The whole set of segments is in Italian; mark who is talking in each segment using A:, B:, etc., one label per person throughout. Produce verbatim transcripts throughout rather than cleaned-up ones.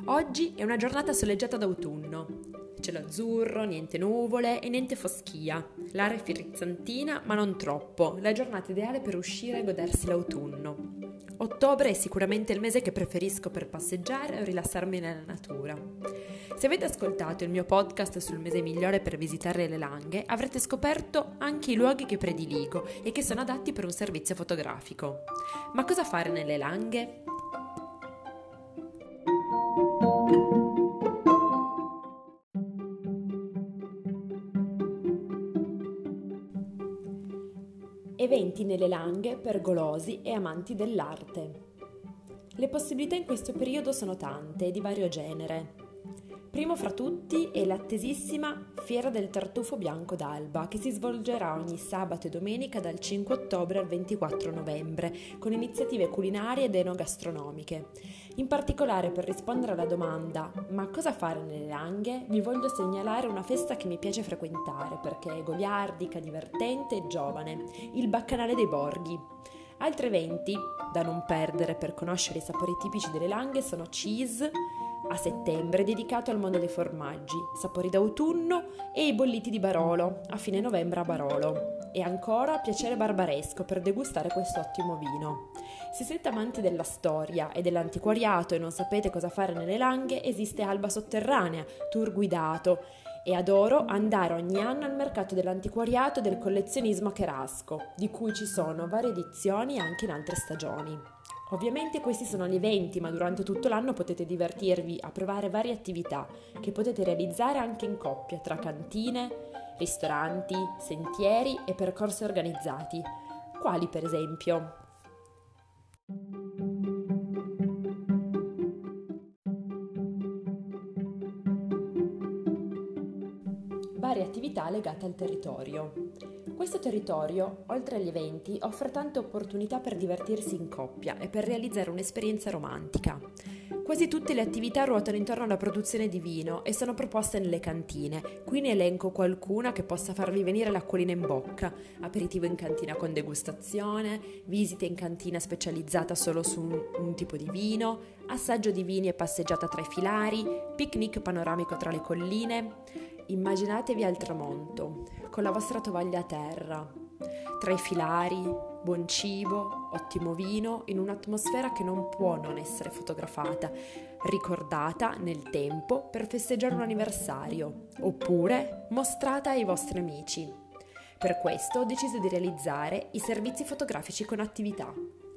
A: Oggi è una giornata soleggiata d'autunno. Cielo azzurro, niente nuvole e niente foschia. L'aria è frizzantina, ma non troppo. La giornata ideale per uscire e godersi l'autunno. Ottobre è sicuramente il mese che preferisco per passeggiare o rilassarmi nella natura. Se avete ascoltato il mio podcast sul mese migliore per visitare le Langhe, avrete scoperto anche i luoghi che prediligo e che sono adatti per un servizio fotografico. Ma cosa fare nelle Langhe? Eventi nelle Langhe per golosi e amanti dell'arte. Le possibilità in questo periodo sono tante e di vario genere. Primo fra tutti è l'attesissima Fiera del Tartufo Bianco d'Alba, che si svolgerà ogni sabato e domenica dal cinque ottobre al ventiquattro novembre, con iniziative culinarie ed enogastronomiche. In particolare, per rispondere alla domanda «Ma cosa fare nelle Langhe?», vi voglio segnalare una festa che mi piace frequentare perché è goliardica, divertente e giovane, il Baccanale dei Borghi. Altri eventi da non perdere per conoscere i sapori tipici delle Langhe sono Cheese, a settembre dedicato al mondo dei formaggi, sapori d'autunno e i bolliti di Barolo, a fine novembre a Barolo. E ancora Piacere Barbaresco per degustare questo ottimo vino. Se siete amanti della storia e dell'antiquariato e non sapete cosa fare nelle Langhe, esiste Alba Sotterranea, tour guidato, e adoro andare ogni anno al mercato dell'antiquariato e del collezionismo a Cherasco, di cui ci sono varie edizioni anche in altre stagioni. Ovviamente questi sono gli eventi, ma durante tutto l'anno potete divertirvi a provare varie attività che potete realizzare anche in coppia, tra cantine, ristoranti, sentieri e percorsi organizzati. Quali per esempio? Varie attività legate al territorio. Questo territorio, oltre agli eventi, offre tante opportunità per divertirsi in coppia e per realizzare un'esperienza romantica. Quasi tutte le attività ruotano intorno alla produzione di vino e sono proposte nelle cantine. Qui ne elenco qualcuna che possa farvi venire l'acquolina in bocca: aperitivo in cantina con degustazione, visite in cantina specializzata solo su un, un tipo di vino, assaggio di vini e passeggiata tra i filari, picnic panoramico tra le colline. Immaginatevi al tramonto, con la vostra tovaglia a terra, tra i filari, buon cibo, ottimo vino, in un'atmosfera che non può non essere fotografata, ricordata nel tempo per festeggiare un anniversario, oppure mostrata ai vostri amici. Per questo ho deciso di realizzare i servizi fotografici con attività.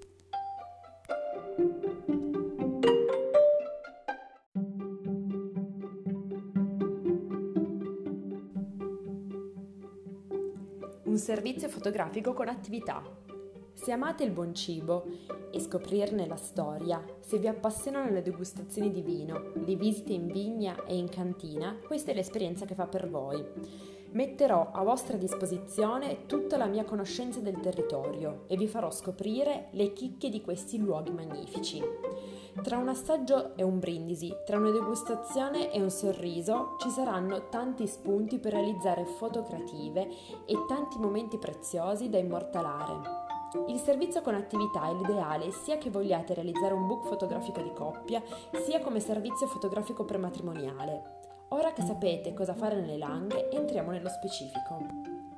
A: Un servizio fotografico con attività. Se amate il buon cibo e scoprirne la storia, se vi appassionano le degustazioni di vino, le visite in vigna e in cantina, questa è l'esperienza che fa per voi. Metterò a vostra disposizione tutta la mia conoscenza del territorio e vi farò scoprire le chicche di questi luoghi magnifici. Tra un assaggio e un brindisi, tra una degustazione e un sorriso, ci saranno tanti spunti per realizzare foto creative e tanti momenti preziosi da immortalare. Il servizio con attività è l'ideale sia che vogliate realizzare un book fotografico di coppia, sia come servizio fotografico prematrimoniale. Ora che sapete cosa fare nelle Langhe, entriamo nello specifico.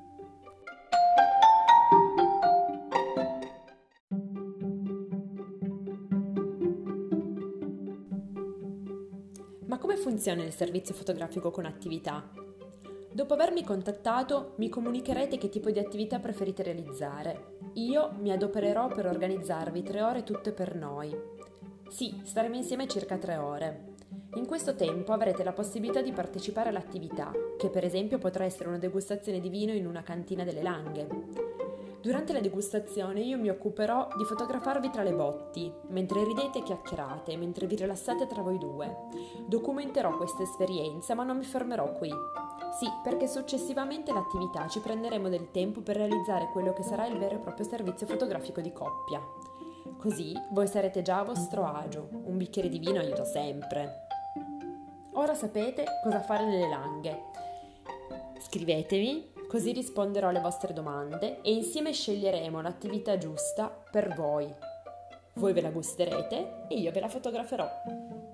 A: Ma come funziona il servizio fotografico con attività? Dopo avermi contattato, mi comunicherete che tipo di attività preferite realizzare. Io mi adopererò per organizzarvi tre ore tutte per noi. Sì, staremo insieme circa tre ore. In questo tempo avrete la possibilità di partecipare all'attività, che per esempio potrà essere una degustazione di vino in una cantina delle Langhe. Durante la degustazione io mi occuperò di fotografarvi tra le botti, mentre ridete e chiacchierate, mentre vi rilassate tra voi due. Documenterò questa esperienza, ma non mi fermerò qui. Sì, perché successivamente all'attività ci prenderemo del tempo per realizzare quello che sarà il vero e proprio servizio fotografico di coppia. Così voi sarete già a vostro agio, un bicchiere di vino aiuta sempre. Ora sapete cosa fare nelle Langhe. Scrivetemi, così risponderò alle vostre domande e insieme sceglieremo l'attività giusta per voi. Voi ve la gusterete e io ve la fotograferò.